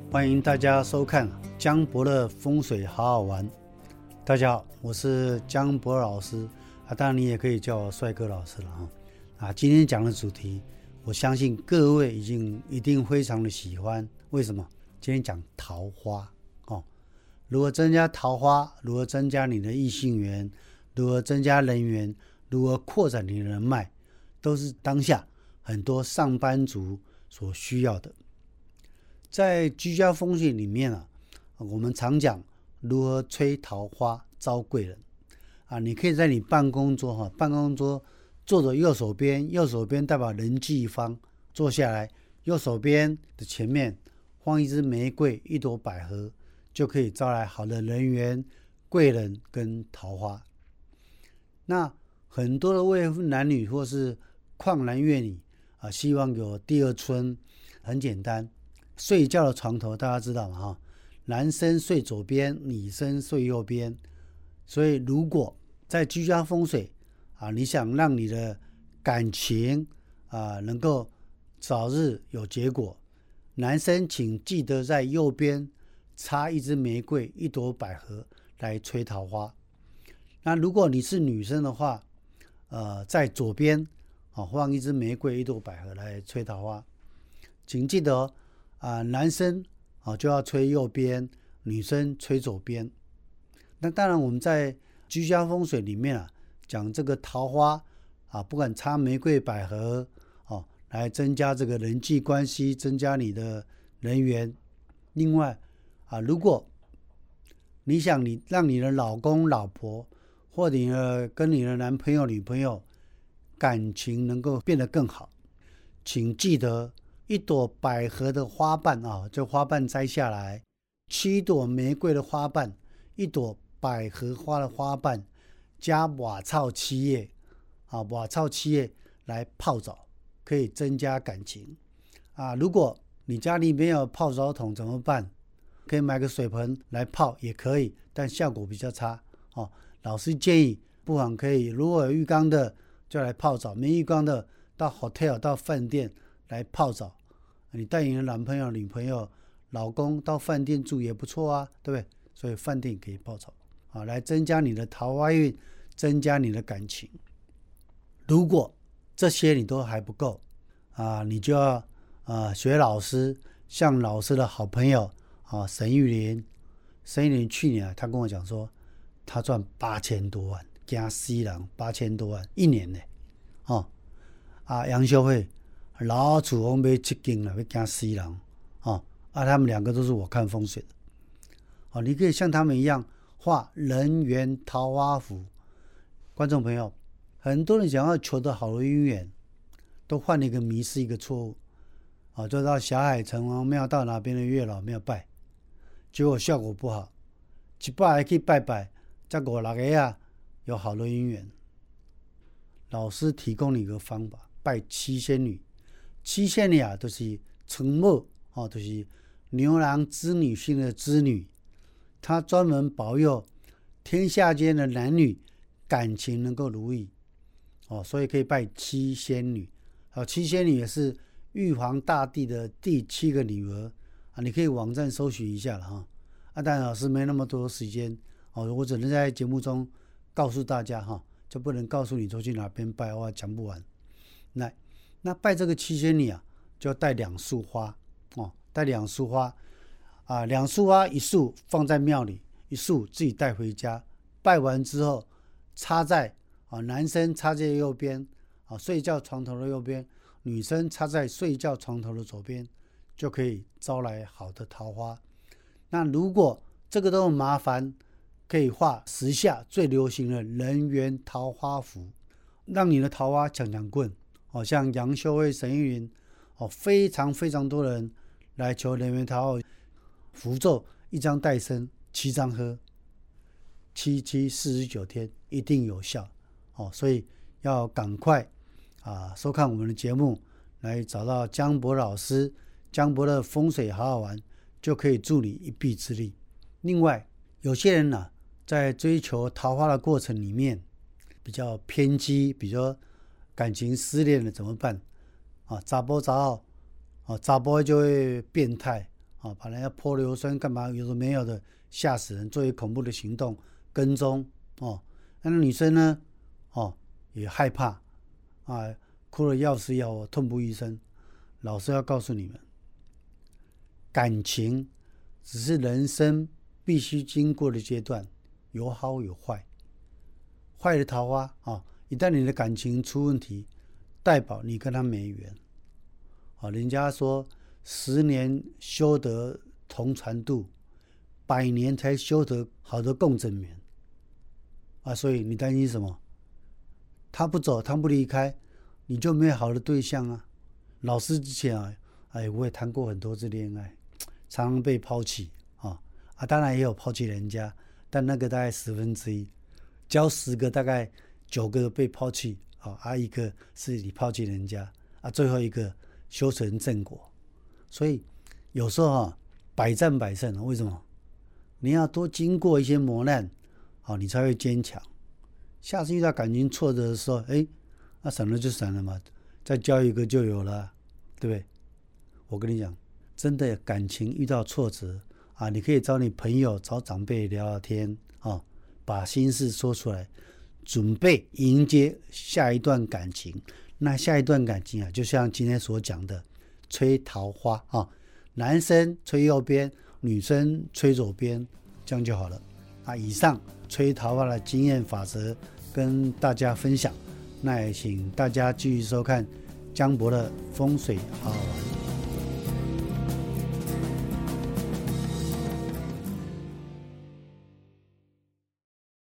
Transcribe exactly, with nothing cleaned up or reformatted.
欢迎大家收看江伯乐风水好好玩。大家好，我是江伯乐老师啊，当然你也可以叫我帅哥老师了啊。啊，今天讲的主题，我相信各位已经一定非常的喜欢。为什么？今天讲桃花哦，如何增加桃花，如何增加你的异性缘，如何增加人缘，如何扩展你的人脉，都是当下很多上班族所需要的。在居家风水里面啊，我们常讲如何催桃花招贵人啊。你可以在你办公桌哈，办公桌坐着右手边，右手边代表人际一方，坐下来，右手边的前面放一支玫瑰，一朵百合，就可以招来好的人缘、贵人跟桃花。那很多的未婚男女或是旷男怨女啊，希望有第二春，很简单。睡觉的床头大家知道吗？男生睡左边，女生睡右边。所以如果在居家风水啊，你想让你的感情啊能够早日有结果，男生请记得在右边插一支玫瑰，一朵百合来催桃花。那如果你是女生的话，呃，在左边啊放一支玫瑰，一朵百合来催桃花。请记得哦。啊，男生啊就要吹右边，女生吹左边。那当然，我们在居家风水里面啊，讲这个桃花啊，不管插玫瑰、百合哦，来增加这个人际关系，增加你的人缘。另外啊，如果你想你让你的老公、老婆，或者你的跟你的男朋友、女朋友感情能够变得更好，请记得。一朵百合的花瓣啊，这花瓣摘下来，七朵玫瑰的花瓣，一朵百合花的花瓣，加瓦草七叶啊，瓦草七叶来泡澡，可以增加感情啊。如果你家里没有泡澡桶怎么办？可以买个水盆来泡也可以，但效果比较差哦。老师建议，不妨可以，如果有浴缸的就来泡澡，没浴缸的到 hotel 到饭店来泡澡。你带你的男朋友、女朋友、老公到饭店住也不错啊，对不对？所以饭店可以泡澡啊，来增加你的桃花运，增加你的感情。如果这些你都还不够啊，你就要啊学老师，像老师的好朋友啊沈玉林。沈玉林去年、啊、他跟我讲说，他赚八千多万，加西郎八千多万一年呢，哦啊杨秀慧。老楚红买七间了，要惊死人哦！啊，他们两个都是我看风水的哦。你可以像他们一样画人缘桃花符。观众朋友，很多人想要求得好的姻缘，都犯了一个迷失，一个错误啊、哦，就到霞海城隍庙，到哪边的月老庙拜，结果效果不好，一拜去拜拜，这五六个啊有好的姻缘。老师提供你一个方法，拜七仙女。七仙女啊，都是陈母哦，都是牛郎织女星的织女，她专门保佑天下间的男女感情能够如意哦，所以可以拜七仙女。好，七仙女也是玉皇大帝的第七个女儿啊，你可以网站搜寻一下了哈。啊，但老师没那么多时间哦，我只能在节目中告诉大家哈，就不能告诉你说去哪边拜，我讲不完。那。那拜这个七仙女啊，就要带两束花哦，带两束花啊，两束花一束放在庙里，一束自己带回家。拜完之后，插在啊男生插在右边啊睡觉床头的右边，女生插在睡觉床头的左边，就可以招来好的桃花。那如果这个都很麻烦，可以画时下最流行的人缘桃花符，让你的桃花抢抢棍。哦，像杨秀慧、沈玉林，哦，非常非常多人来求人缘桃花符咒，一张带身，七张喝，七七四十九天一定有效。哦，所以要赶快啊收看我们的节目，来找到江伯老师，江伯的风水好好玩，就可以助你一臂之力。另外，有些人呢、啊，在追求桃花的过程里面比较偏激，比较感情失恋了怎么办啊？查甫查某啊，查甫就会变态啊，把人家泼硫酸干嘛，有的没有的，吓死人，作为恐怖的行动跟踪哦。那女生呢，哦也害怕啊，哭了要死要活，痛不欲生。老师要告诉你们，感情只是人生必须经过的阶段，有好有坏。坏的桃花啊，一旦你的感情出问题，代表你跟他没缘。啊，人家说十年修得同船渡，百年才修得好的共枕眠。啊，所以你担心什么？他不走，他不离开，你就没有好的对象啊。老师之前啊，哎，我也谈过很多次恋爱，常常被抛弃啊啊，当然也有抛弃人家，但那个大概十分之一。教十个，大概九个被抛弃，啊，一个是你抛弃人家，啊，最后一个修成正果。所以有时候啊，百战百胜，为什么？你要多经过一些磨难，啊，你才会坚强。下次遇到感情挫折的时候，哎，那闪了就闪了嘛，再交一个就有了，对不对？我跟你讲，真的感情遇到挫折啊，你可以找你朋友、找长辈聊聊天啊。把心事说出来，准备迎接下一段感情。那下一段感情啊，就像今天所讲的，吹桃花啊，男生吹右边，女生吹左边，这样就好了。啊，以上吹桃花的经验法则跟大家分享，那也请大家继续收看江博的风水好好玩。